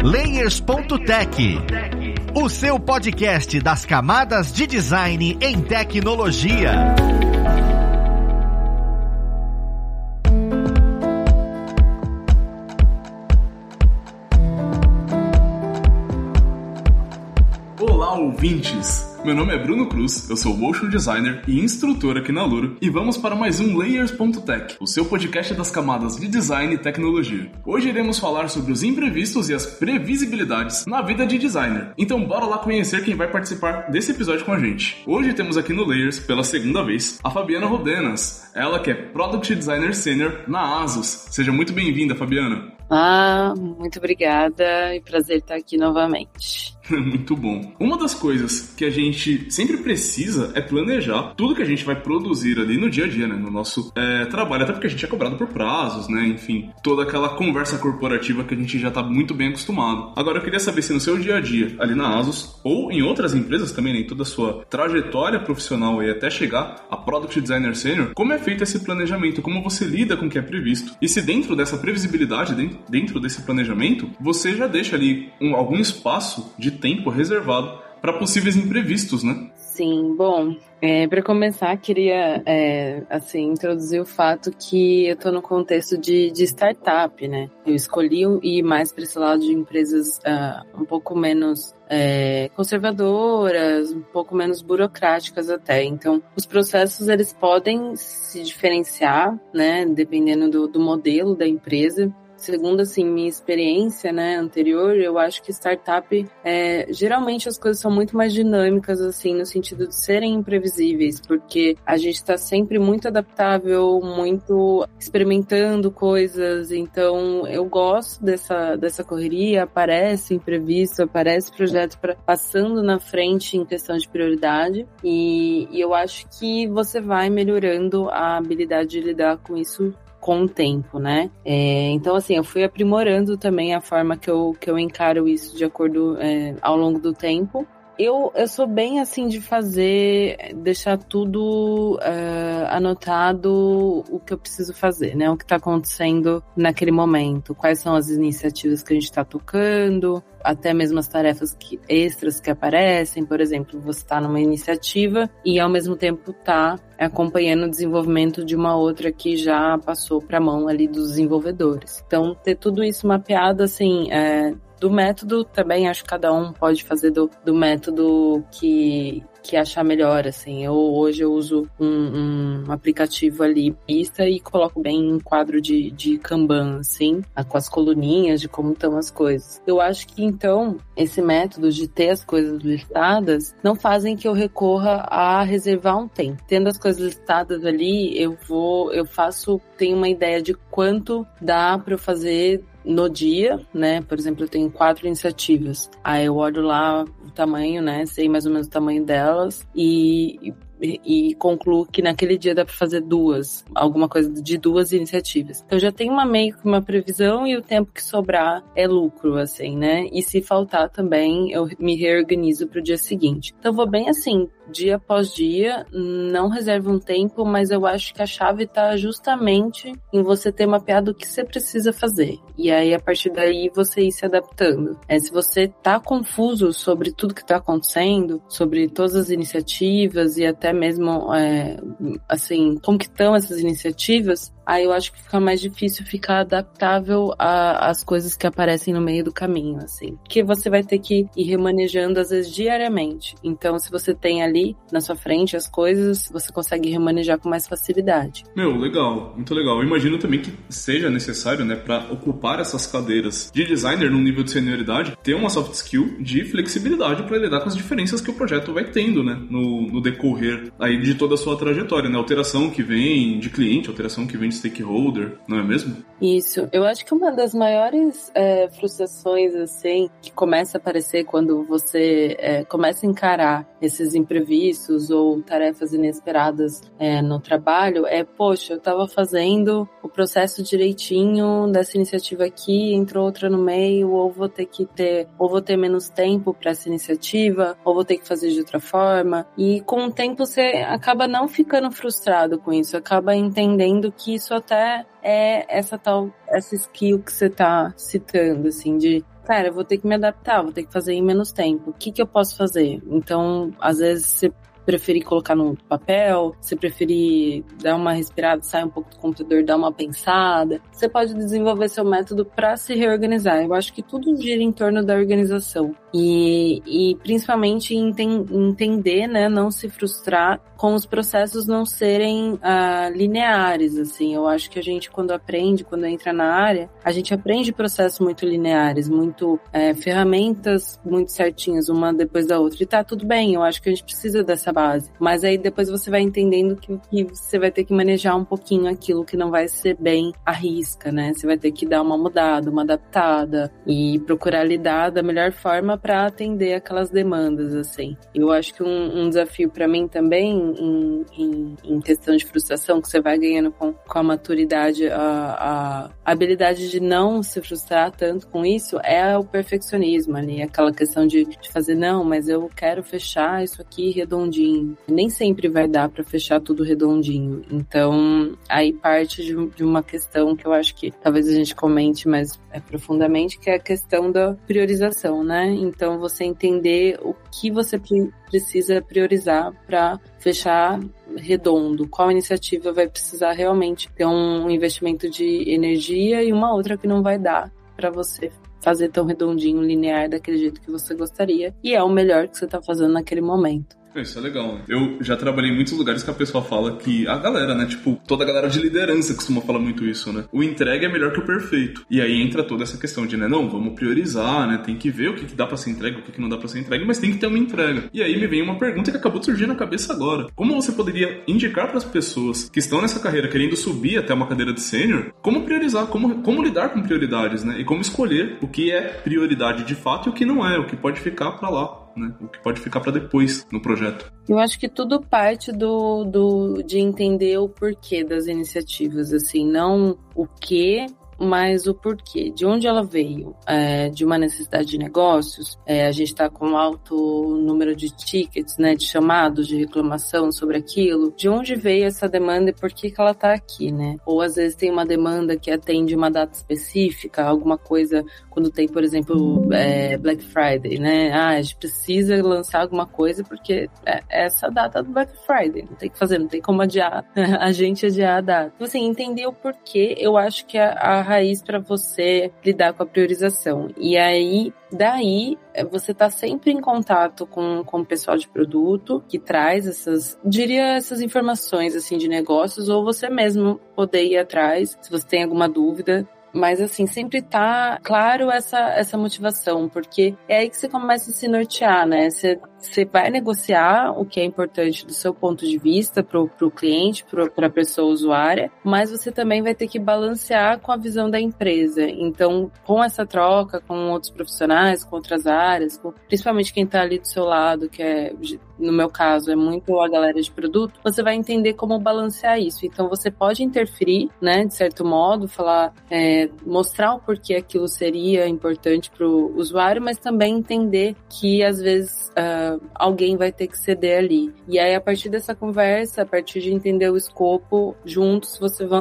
Layers.tech, o seu podcast das camadas de design em tecnologia. Olá, ouvintes! Meu nome é Bruno Cruz, eu sou Motion Designer e instrutor aqui na Luro, e vamos para mais um Layers.tech, o seu podcast das camadas de design e tecnologia. Hoje iremos falar sobre os imprevistos e as previsibilidades na vida de designer. Então bora lá conhecer quem vai participar desse episódio com a gente. Hoje temos aqui no Layers, pela segunda vez, a Fabiana Rodenas, ela que é Product Designer Senior na ASUS. Seja muito bem-vinda, Fabiana. Muito obrigada e prazer estar aqui novamente. Muito bom. Uma das coisas que a gente sempre precisa é planejar tudo que a gente vai produzir ali no dia a dia, né? No nosso trabalho, até porque a gente é cobrado por prazos, né? Enfim, toda aquela conversa corporativa que a gente já está muito bem acostumado. Agora eu queria saber se no seu dia a dia, ali na ASUS, ou em outras empresas também, né? Em toda a sua trajetória profissional e até chegar a Product Designer Senior, como é feito esse planejamento? Como você lida com o que é previsto? E se dentro dessa previsibilidade, dentro desse planejamento, você já deixa ali algum espaço de tempo reservado para possíveis imprevistos, né? Sim, bom, para começar, queria introduzir o fato que eu estou no contexto de startup, né? Eu escolhi ir mais para esse lado de empresas um pouco menos conservadoras, um pouco menos burocráticas até. Então, os processos eles podem se diferenciar, né? Dependendo do modelo da empresa. Segundo, minha experiência, né, anterior, eu acho que startup, geralmente as coisas são muito mais dinâmicas, no sentido de serem imprevisíveis, porque a gente está sempre muito adaptável, muito experimentando coisas, então eu gosto dessa correria, aparece imprevisto, aparece projeto passando na frente em questão de prioridade, e eu acho que você vai melhorando a habilidade de lidar com isso com o tempo, né? Então, eu fui aprimorando também a forma que eu encaro isso de acordo ao longo do tempo. Eu sou bem de deixar tudo anotado o que eu preciso fazer, né? O que está acontecendo naquele momento, quais são as iniciativas que a gente está tocando, até mesmo as tarefas extras que aparecem. Por exemplo, você está numa iniciativa e ao mesmo tempo está acompanhando o desenvolvimento de uma outra que já passou para a mão ali dos desenvolvedores. Então, ter tudo isso mapeado, do método também, acho que cada um pode fazer do método que achar melhor, hoje eu uso um aplicativo ali, pista, e coloco bem em quadro de Kanban, com as coluninhas de como estão as coisas. Eu acho que, então, esse método de ter as coisas listadas não fazem que eu recorra a reservar um tempo. Tendo as coisas listadas ali, tenho uma ideia de quanto dá para eu fazer no dia, né? Por exemplo, eu tenho 4 iniciativas. Aí eu olho lá o tamanho, né? Sei mais ou menos o tamanho delas e concluo que naquele dia dá para fazer alguma coisa de 2 iniciativas. Então já tenho meio que uma previsão, e o tempo que sobrar é lucro, né? E se faltar também, eu me reorganizo para o dia seguinte. Então vou bem dia após dia, não reservo um tempo, mas eu acho que a chave está justamente em você ter mapeado o que você precisa fazer. E aí, a partir daí, você ir se adaptando. Se você tá confuso sobre tudo que tá acontecendo, sobre todas as iniciativas e até mesmo, como que estão essas iniciativas, aí eu acho que fica mais difícil ficar adaptável às coisas que aparecem no meio do caminho, Porque você vai ter que ir remanejando, às vezes, diariamente. Então, se você tem ali na sua frente as coisas, você consegue remanejar com mais facilidade. Legal, muito legal. Eu imagino também que seja necessário, né, para ocupar essas cadeiras de designer num nível de senioridade, ter uma soft skill de flexibilidade para lidar com as diferenças que o projeto vai tendo, né, no decorrer aí de toda a sua trajetória, né, alteração que vem de cliente, alteração que vem de stakeholder, não é mesmo? Isso. Eu acho que uma das maiores frustrações, que começa a aparecer quando você começa a encarar esses imprevistos ou tarefas inesperadas no trabalho poxa, eu estava fazendo o processo direitinho dessa iniciativa aqui, entrou outra no meio, ou vou ter menos tempo para essa iniciativa, ou vou ter que fazer de outra forma. E com o tempo você acaba não ficando frustrado com isso, acaba entendendo que isso até é essa skill que você tá citando, assim, de cara, eu vou ter que me adaptar, vou ter que fazer em menos tempo. O que eu posso fazer? Então, às vezes, você preferir colocar no papel, você preferir dar uma respirada, sair um pouco do computador, dar uma pensada, você pode desenvolver seu método para se reorganizar. Eu acho que tudo gira em torno da organização e principalmente entender, né, não se frustrar com os processos não serem lineares, assim. Eu acho que a gente, quando entra na área, a gente aprende processos muito lineares, muito ferramentas muito certinhas, uma depois da outra. E tá tudo bem, eu acho que a gente precisa dessa base. Mas aí depois você vai entendendo que você vai ter que manejar um pouquinho aquilo que não vai ser bem à risca, né? Você vai ter que dar uma mudada, uma adaptada e procurar lidar da melhor forma para atender aquelas demandas, assim. Eu acho que um desafio para mim também em questão de frustração, que você vai ganhando com a maturidade, a habilidade de não se frustrar tanto com isso, é o perfeccionismo ali, aquela questão de fazer, não, mas eu quero fechar isso aqui redondinho. Nem sempre vai dar para fechar tudo redondinho. Então, aí parte de uma questão que eu acho que talvez a gente comente mais profundamente, que é a questão da priorização, né? Então, você entender o que você precisa priorizar para fechar redondo, qual iniciativa vai precisar realmente ter um investimento de energia e uma outra que não vai dar para você fazer tão redondinho, linear, daquele jeito que você gostaria, e é o melhor que você está fazendo naquele momento. Isso é legal. Eu já trabalhei em muitos lugares que a pessoa fala que a galera, né, tipo, toda a galera de liderança costuma falar muito isso, né? O entregue é melhor que o perfeito. E aí entra toda essa questão de, né, não, vamos priorizar, né? Tem que ver o que dá pra ser entregue, o que não dá pra ser entregue, mas tem que ter uma entrega. E aí me vem uma pergunta que acabou de surgir na cabeça agora. Como você poderia indicar para as pessoas que estão nessa carreira querendo subir até uma cadeira de sênior, como priorizar, como lidar com prioridades, né? E como escolher o que é prioridade de fato e o que não é, o que pode ficar pra lá, né? O que pode ficar pra depois no projeto. Eu acho que tudo parte de entender o porquê das iniciativas, assim, não o que, mas o porquê, de onde ela veio, de uma necessidade de negócios, a gente está com um alto número de tickets, né, de chamados de reclamação sobre aquilo, de onde veio essa demanda e por que ela está aqui, né? Ou às vezes tem uma demanda que atende uma data específica, alguma coisa, quando tem, por exemplo, Black Friday, né? A gente precisa lançar alguma coisa porque é essa data do Black Friday, não tem que fazer, não tem como adiar, a gente adiar a data. Então, assim, entender o porquê, eu acho que a raiz para você lidar com a priorização. E aí, daí, você tá sempre em contato com o pessoal de produto que traz essas informações, assim, de negócios, ou você mesmo poder ir atrás, se você tem alguma dúvida. Mas, assim, sempre tá claro essa motivação, porque é aí que você começa a se nortear, né? Você vai negociar o que é importante do seu ponto de vista pro cliente, pra pessoa usuária, mas você também vai ter que balancear com a visão da empresa. Então, com essa troca com outros profissionais, com outras áreas, principalmente quem tá ali do seu lado, que é, no meu caso, é muito a galera de produto, você vai entender como balancear isso. Então, você pode interferir, né, de certo modo, falar, mostrar o porquê aquilo seria importante pro usuário, mas também entender que, às vezes, alguém vai ter que ceder ali. E aí, a partir dessa conversa, a partir de entender o escopo, juntos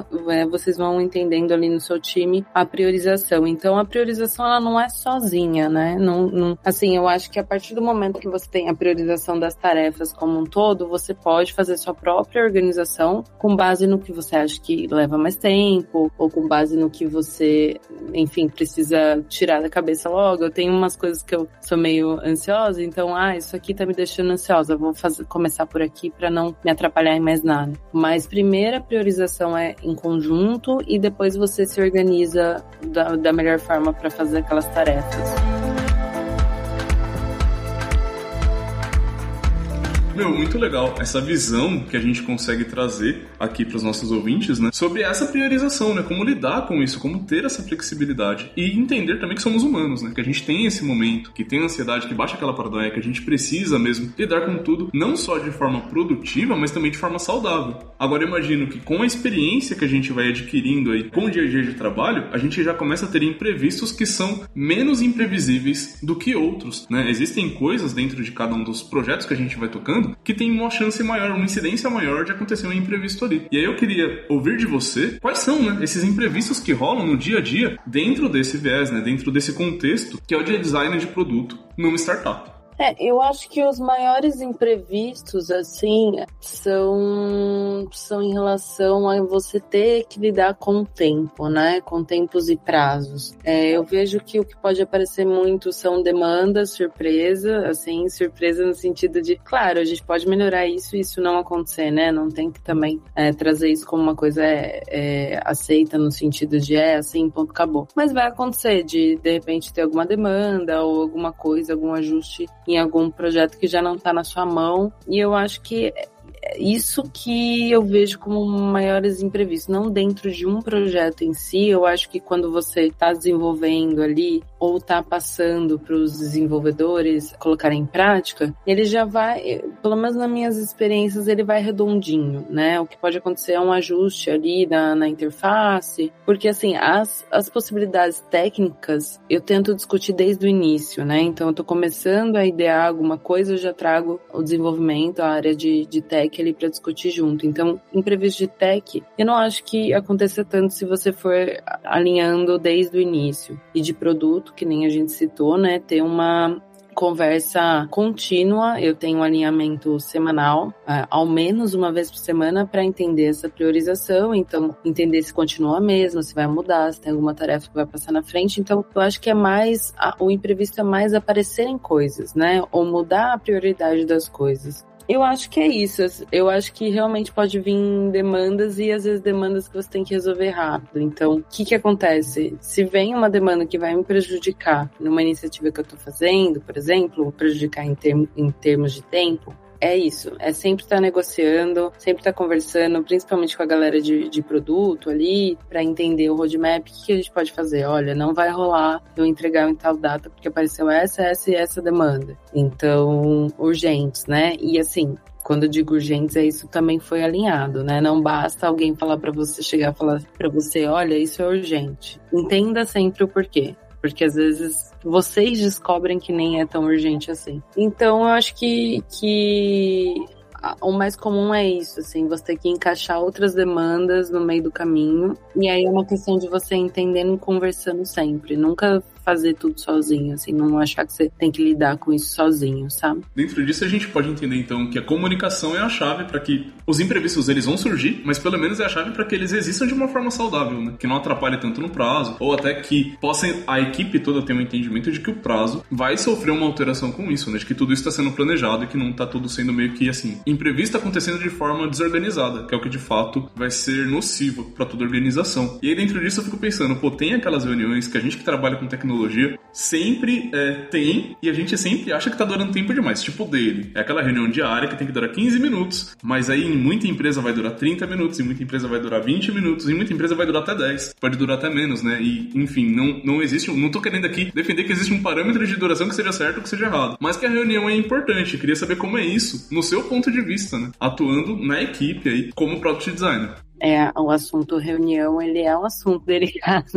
vocês vão entendendo ali no seu time a priorização. Então, a priorização, ela não é sozinha, né? Não, assim, eu acho que a partir do momento que você tem a priorização das tarefas como um todo, você pode fazer sua própria organização com base no que você acha que leva mais tempo, ou com base no que você, enfim, precisa tirar da cabeça logo. Eu tenho umas coisas que eu sou meio ansiosa, então, isso aqui tá me deixando ansiosa, vou começar por aqui para não me atrapalhar em mais nada. Mas primeiro a priorização é em conjunto e depois você se organiza da melhor forma para fazer aquelas tarefas. Muito legal essa visão que a gente consegue trazer aqui para os nossos ouvintes, né? Sobre essa priorização, né? Como lidar com isso, como ter essa flexibilidade e entender também que somos humanos, né? Que a gente tem esse momento, que tem ansiedade, que baixa aquela paranoia, que a gente precisa mesmo lidar com tudo, não só de forma produtiva, mas também de forma saudável. Agora eu imagino que com a experiência que a gente vai adquirindo aí com o dia a dia de trabalho, a gente já começa a ter imprevistos que são menos imprevisíveis do que outros, né? Existem coisas dentro de cada um dos projetos que a gente vai tocando trabalhando, que tem uma chance maior, uma incidência maior de acontecer um imprevisto ali. E aí eu queria ouvir de você quais são, né, esses imprevistos que rolam no dia a dia dentro desse viés, né, dentro desse contexto que é o de design de produto numa startup. Eu acho que os maiores imprevistos, assim, são em relação a você ter que lidar com o tempo, né? Com tempos e prazos. Eu vejo que o que pode aparecer muito são demandas, surpresa no sentido de, claro, a gente pode melhorar isso e isso não acontecer, né? Não tem que também trazer isso como uma coisa aceita no sentido de assim, ponto, acabou. Mas vai acontecer de repente, ter alguma demanda ou alguma coisa, algum ajuste em algum projeto que já não está na sua mão, e eu acho que isso que eu vejo como maiores imprevistos, não dentro de um projeto em si. Eu acho que quando você está desenvolvendo ali ou está passando para os desenvolvedores colocarem em prática, ele já vai, pelo menos nas minhas experiências, ele vai redondinho, né? O que pode acontecer é um ajuste ali na interface, porque assim, as possibilidades técnicas eu tento discutir desde o início, né? Então eu estou começando a idear alguma coisa, eu já trago o desenvolvimento, a área de tech ali para discutir junto. Então, imprevisto de tech, eu não acho que aconteça tanto se você for alinhando desde o início. E de produto, que nem a gente citou, né, ter uma conversa contínua. Eu tenho um alinhamento semanal, ao menos uma vez por semana, para entender essa priorização, então entender se continua a mesma, se vai mudar, se tem alguma tarefa que vai passar na frente. Então eu acho que o imprevisto é mais aparecer em coisas, né, ou mudar a prioridade das coisas. Eu acho que é isso. Eu acho que realmente pode vir demandas e às vezes demandas que você tem que resolver rápido. Então, o que acontece? Se vem uma demanda que vai me prejudicar numa iniciativa que eu estou fazendo, por exemplo, prejudicar em termos de tempo, é isso, é sempre estar negociando, sempre estar conversando, principalmente com a galera de produto ali, para entender o roadmap, o que a gente pode fazer. Olha, não vai rolar eu entregar em tal data porque apareceu essa e essa demanda. Então, urgentes, né? E assim, quando eu digo urgentes, isso também foi alinhado, né? Não basta alguém falar para você, chegar a falar para você, olha, isso é urgente. Entenda sempre o porquê. Porque às vezes vocês descobrem que nem é tão urgente assim. Então eu acho que o mais comum é isso, assim, você ter que encaixar outras demandas no meio do caminho. E aí é uma questão de você entendendo e conversando sempre. Nunca fazer tudo sozinho, assim, não achar que você tem que lidar com isso sozinho, sabe? Dentro disso a gente pode entender então que a comunicação é a chave para que os imprevistos eles vão surgir, mas pelo menos é a chave para que eles existam de uma forma saudável, né? Que não atrapalhe tanto no prazo, ou até que a equipe toda ter um entendimento de que o prazo vai sofrer uma alteração com isso, né? De que tudo isso está sendo planejado e que não está tudo sendo meio que assim, imprevisto acontecendo de forma desorganizada, que é o que de fato vai ser nocivo para toda a organização. E aí dentro disso eu fico pensando, tem aquelas reuniões que a gente que trabalha com tecnologia sempre tem, e a gente sempre acha que tá durando tempo demais, tipo dele. É aquela reunião diária que tem que durar 15 minutos, mas aí em muita empresa vai durar 30 minutos, em muita empresa vai durar 20 minutos, em muita empresa vai durar até 10. Pode durar até menos, né? E, enfim, não existe, não tô querendo aqui defender que existe um parâmetro de duração que seja certo ou que seja errado, mas que a reunião é importante. Eu queria saber como é isso, no seu ponto de vista, né? Atuando na equipe aí, como Product Designer. O assunto reunião, ele é um assunto delicado.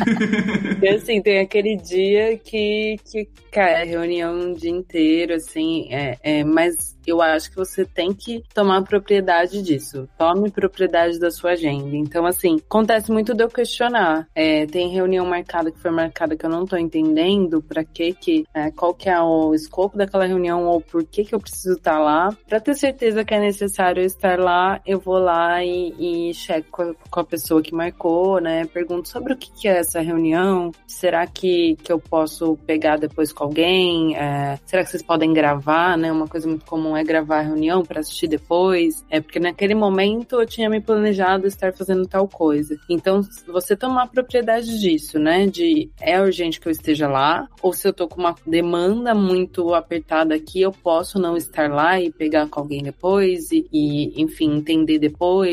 E assim, tem aquele dia que cara, reunião o dia inteiro, assim, mas eu acho que você tem que tomar propriedade disso. Tome propriedade da sua agenda. Então, assim, acontece muito de eu questionar. Tem reunião marcada que foi marcada que eu não tô entendendo qual que é o escopo daquela reunião ou por que eu preciso estar lá. Pra ter certeza que é necessário eu estar lá, eu vou lá e checo com a pessoa que marcou, né? Pergunto sobre o que é essa reunião. Será que eu posso pegar depois com alguém? Será que vocês podem gravar, né? Uma coisa muito comum é gravar a reunião para assistir depois. Porque naquele momento eu tinha me planejado estar fazendo tal coisa. Então, você tomar propriedade disso, né? É urgente que eu esteja lá, ou se eu tô com uma demanda muito apertada aqui, eu posso não estar lá e pegar com alguém depois e enfim, entender depois.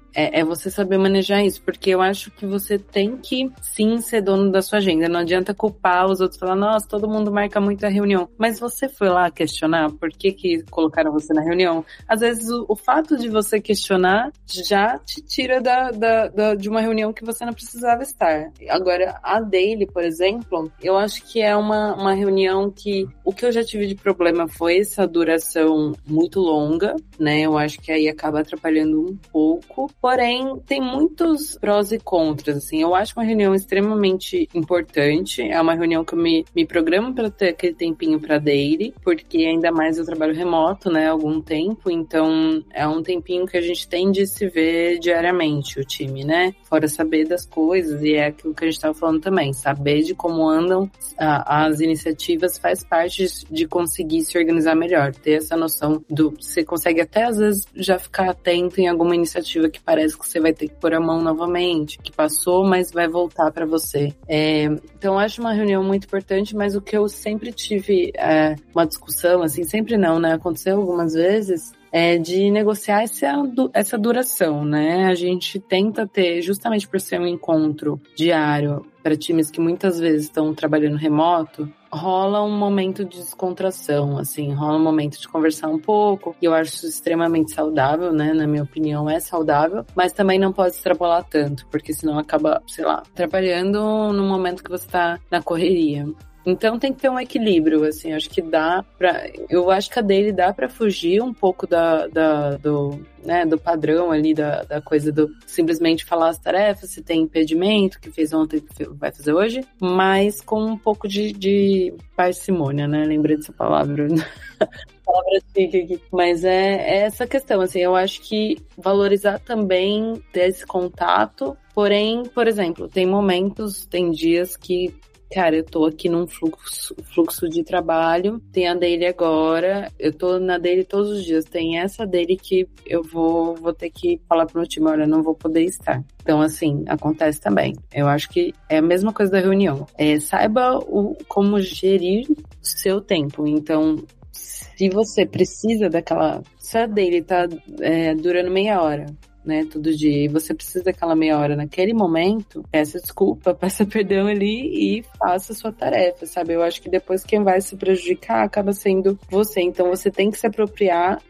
é você saber manejar isso, porque eu acho que você tem que, sim, ser dono da sua agenda. Não adianta culpar os outros, falar, nossa, todo mundo marca muito a reunião. Mas você foi lá questionar por que colocaram você na reunião? Às vezes, o fato de você questionar já te tira de uma reunião que você não precisava estar. Agora, a daily, por exemplo, eu acho que é uma reunião que o que eu já tive de problema foi essa duração muito longa, né? Eu acho que aí acaba atrapalhando um pouco. Porém, tem muitos prós e contras, assim. Eu acho uma reunião extremamente importante. É uma reunião que eu me programo para ter aquele tempinho para daily, porque ainda mais eu trabalho remoto, né? Há algum tempo. Então, é um tempinho que a gente tem de se ver diariamente, o time, né? Fora saber das coisas, e é aquilo que a gente estava falando também. Saber de como andam as iniciativas faz parte de conseguir se organizar melhor. Ter essa noção você consegue até às vezes já ficar atento em alguma iniciativa que parece que você vai ter que pôr a mão novamente, que passou, mas vai voltar para você. Então, eu acho uma reunião muito importante, mas o que eu sempre tive uma discussão, assim, sempre não, né? Aconteceu algumas vezes, de negociar essa duração, né? A gente tenta ter, justamente por ser um encontro diário para times que muitas vezes estão trabalhando remoto, rola um momento de descontração, assim, rola um momento de conversar um pouco, e eu acho isso extremamente saudável, né? Na minha opinião, é saudável, mas também não pode extrapolar tanto, porque senão acaba, sei lá, trabalhando no momento que você tá na correria. Então tem que ter um equilíbrio, assim, acho que eu acho que a daily dá pra fugir um pouco do padrão ali, da coisa do simplesmente falar as tarefas, se tem impedimento, que fez ontem, que vai fazer hoje, mas com um pouco de parcimônia, né? Lembrei dessa palavra. Palavra chique aqui. Mas é essa questão, assim, eu acho que valorizar também ter esse contato, porém, por exemplo, tem dias que, cara, eu tô aqui num fluxo de trabalho, tem a daily agora, eu tô na daily todos os dias, tem essa daily que eu vou ter que falar pro meu time, olha, não vou poder estar. Então, assim, acontece também. Eu acho que é a mesma coisa da reunião. Saiba como gerir o seu tempo. Então, se você precisa se a daily tá durando meia hora, né, todo dia, e você precisa daquela meia hora naquele momento, peça desculpa, peça perdão ali e faça a sua tarefa, sabe? Eu acho que depois quem vai se prejudicar acaba sendo você, então você tem que se apropriar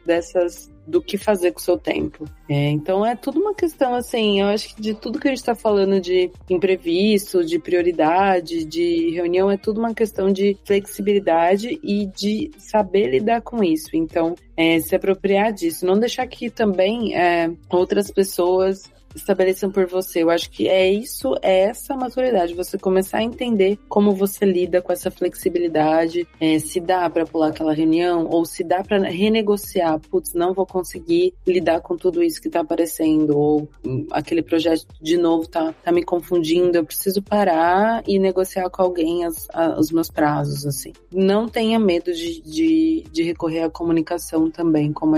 do que fazer com o seu tempo. Então é tudo uma questão, assim, eu acho que de tudo que a gente tá falando de imprevisto, de prioridade, de reunião, é tudo uma questão de flexibilidade e de saber lidar com isso. Então, se apropriar disso, não deixar que também outras pessoas estabeleçam por você. Eu acho que é essa maturidade, você começar a entender como você lida com essa flexibilidade, se dá pra pular aquela reunião, ou se dá pra renegociar, putz, não vou conseguir lidar com tudo isso que tá aparecendo, ou aquele projeto de novo tá me confundindo, eu preciso parar e negociar com alguém os meus prazos, assim. Não tenha medo de recorrer à comunicação também, como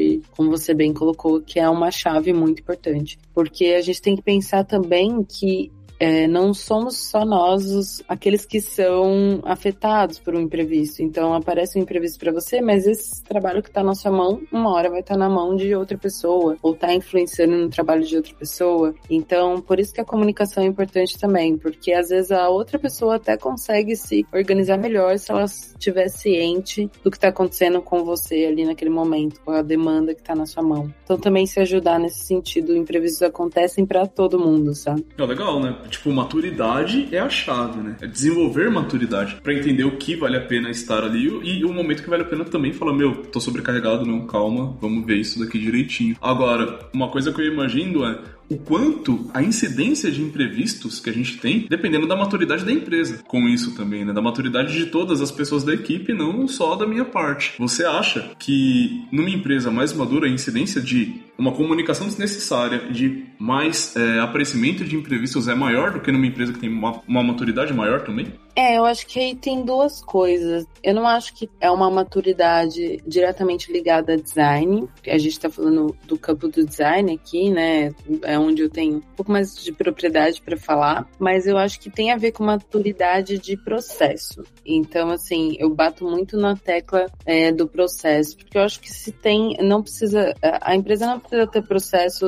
você bem colocou, que é uma chave muito importante. Porque a gente tem que pensar também que não somos só nós aqueles que são afetados por um imprevisto. Então, aparece um imprevisto para você, mas esse trabalho que está na sua mão, uma hora vai estar na mão de outra pessoa, ou está influenciando no trabalho de outra pessoa. Então, por isso que a comunicação é importante também, porque às vezes a outra pessoa até consegue se organizar melhor se ela estiver ciente do que está acontecendo com você ali naquele momento, com a demanda que está na sua mão. Então, também se ajudar nesse sentido, imprevistos acontecem para todo mundo, sabe? Legal, né? Tipo, maturidade é a chave, né? É desenvolver maturidade pra entender o que vale a pena estar ali e o momento que vale a pena também falar, tô sobrecarregado, não, calma, vamos ver isso daqui direitinho. Agora, uma coisa que eu imagino o quanto a incidência de imprevistos que a gente tem, dependendo da maturidade da empresa. Com isso também, né? Da maturidade de todas as pessoas da equipe, não só da minha parte. Você acha que numa empresa mais madura a incidência de uma comunicação desnecessária, de mais aparecimento de imprevistos é maior do que numa empresa que tem uma maturidade maior também? Eu acho que aí tem duas coisas. Eu não acho que é uma maturidade diretamente ligada a design. A gente tá falando do campo do design aqui, né? É onde eu tenho um pouco mais de propriedade para falar. Mas eu acho que tem a ver com maturidade de processo. Então, assim, eu bato muito na tecla do processo. Porque eu acho que a empresa não precisa ter processos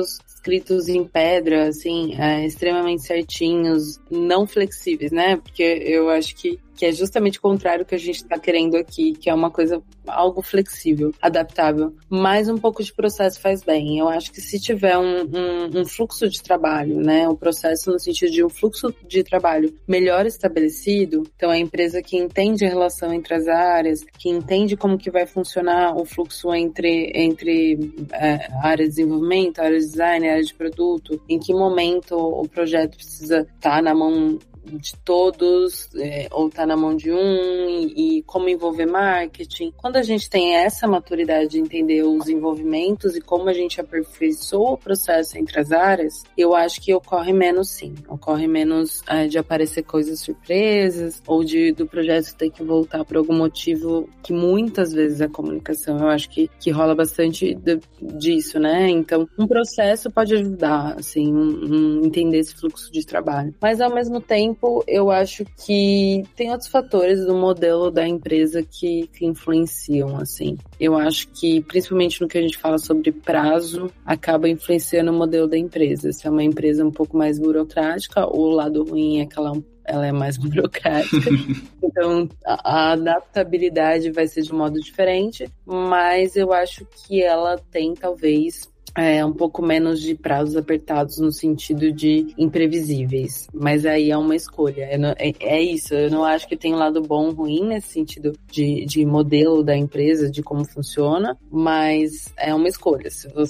escritos em pedra, assim, extremamente certinhos, não flexíveis, né? Porque eu acho que é justamente o contrário que a gente está querendo aqui, que é uma coisa, algo flexível, adaptável. Mas um pouco de processo faz bem. Eu acho que se tiver um fluxo de trabalho, né, o processo no sentido de um fluxo de trabalho melhor estabelecido, então a empresa que entende a relação entre as áreas, que entende como que vai funcionar o fluxo entre a área de desenvolvimento, a área de design, a área de produto, em que momento o projeto precisa estar na mão de todos, ou tá na mão de um, e como envolver marketing. Quando a gente tem essa maturidade de entender os envolvimentos e como a gente aperfeiçoa o processo entre as áreas, eu acho que ocorre menos sim. Ocorre menos de aparecer coisas surpresas, ou do projeto ter que voltar por algum motivo, que muitas vezes a comunicação, eu acho que rola bastante disso, né? Então, um processo pode ajudar, assim, entender esse fluxo de trabalho. Mas, ao mesmo tempo, eu acho que tem outros fatores do modelo da empresa que influenciam, assim. Eu acho que, principalmente no que a gente fala sobre prazo, acaba influenciando o modelo da empresa. Se é uma empresa um pouco mais burocrática, o lado ruim é que ela é mais burocrática. Então, a adaptabilidade vai ser de um modo diferente, mas eu acho que ela tem, talvez, um pouco menos de prazos apertados no sentido de imprevisíveis. Mas aí é uma escolha. É isso. Eu não acho que tem um lado bom ou ruim nesse sentido de modelo da empresa, de como funciona, mas é uma escolha.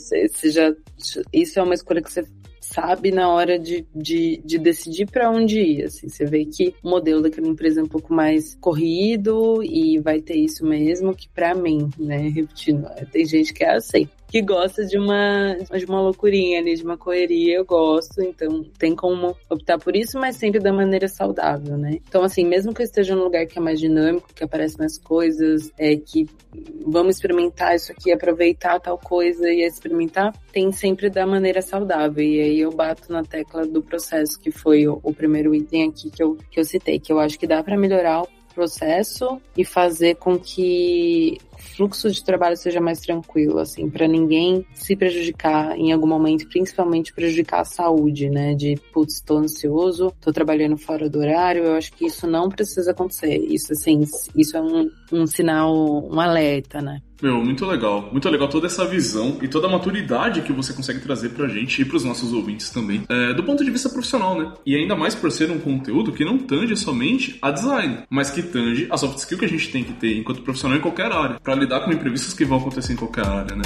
Isso é uma escolha que você sabe na hora de decidir para onde ir, assim. Você vê que o modelo daquela empresa é um pouco mais corrido e vai ter isso mesmo, que para mim, né, repetindo, tem gente que é assim, que gosta de uma loucurinha ali, de uma correria, eu gosto, então tem como optar por isso, mas sempre da maneira saudável, né? Então, assim, mesmo que eu esteja num lugar que é mais dinâmico, que aparecem mais coisas, que vamos experimentar isso aqui, aproveitar tal coisa e experimentar, tem sempre da maneira saudável. E aí eu bato na tecla do processo, que foi o primeiro item aqui que eu citei, que eu acho que dá para melhorar o processo e fazer com que o fluxo de trabalho seja mais tranquilo, assim, para ninguém se prejudicar em algum momento, principalmente prejudicar a saúde, né, de, putz, tô ansioso, tô trabalhando fora do horário. Eu acho que isso não precisa acontecer. Isso, assim, isso é um sinal, um alerta, né? Muito legal toda essa visão e toda a maturidade que você consegue trazer pra gente e pros nossos ouvintes também, do ponto de vista profissional, né? E ainda mais por ser um conteúdo que não tange somente a design, mas que tange a soft skill que a gente tem que ter enquanto profissional em qualquer área, pra lidar com imprevistos que vão acontecer em qualquer área, né?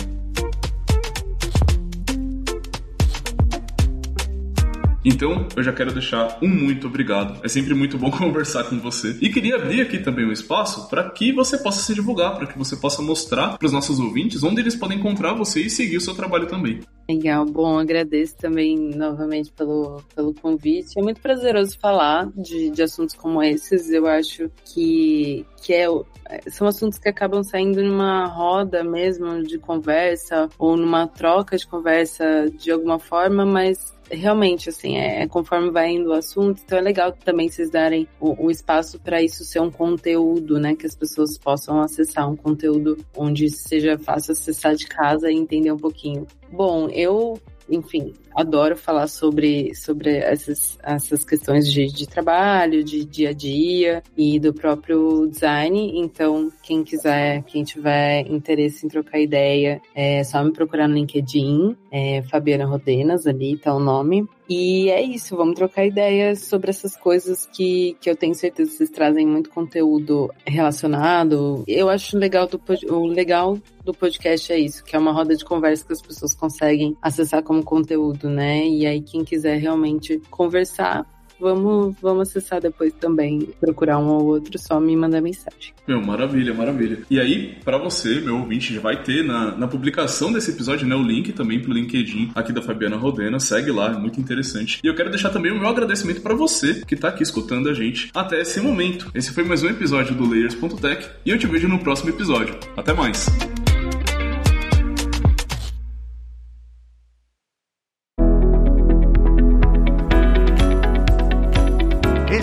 Então, eu já quero deixar um muito obrigado. É sempre muito bom conversar com você. E queria abrir aqui também um espaço para que você possa se divulgar, para que você possa mostrar para os nossos ouvintes onde eles podem encontrar você e seguir o seu trabalho também. Legal, bom, agradeço também novamente pelo convite. É muito prazeroso falar de assuntos como esses. Eu acho que são assuntos que acabam saindo numa roda mesmo de conversa ou numa troca de conversa de alguma forma, mas realmente, assim, conforme vai indo o assunto, então é legal também vocês darem o espaço para isso ser um conteúdo, né, que as pessoas possam acessar, um conteúdo onde seja fácil acessar de casa e entender um pouquinho. Bom, eu, enfim, adoro falar sobre essas questões de trabalho, de dia a dia e do próprio design. Então, quem tiver interesse em trocar ideia, é só me procurar no LinkedIn, Fabiana Rodenas, ali tá o nome. E é isso, vamos trocar ideias sobre essas coisas que eu tenho certeza que vocês trazem muito conteúdo relacionado. Eu acho o legal do podcast é isso, que é uma roda de conversa que as pessoas conseguem acessar como conteúdo, né? E aí quem quiser realmente conversar, vamos acessar depois também, procurar um ou outro, só me mandar mensagem. Maravilha. E aí, pra você, meu ouvinte, já vai ter na publicação desse episódio, né, o link também pro LinkedIn aqui da Fabiana Rodena. Segue lá, é muito interessante. E eu quero deixar também o meu agradecimento pra você que tá aqui escutando a gente até esse momento. Esse foi mais um episódio do Layers.tech e eu te vejo no próximo episódio. Até mais!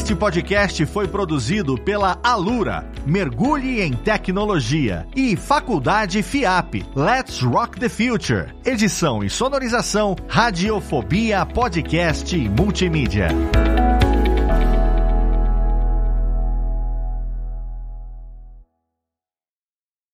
Este podcast foi produzido pela Alura, Mergulhe em Tecnologia, e Faculdade FIAP, Let's Rock the Future. Edição e sonorização, Radiofobia Podcast e Multimídia.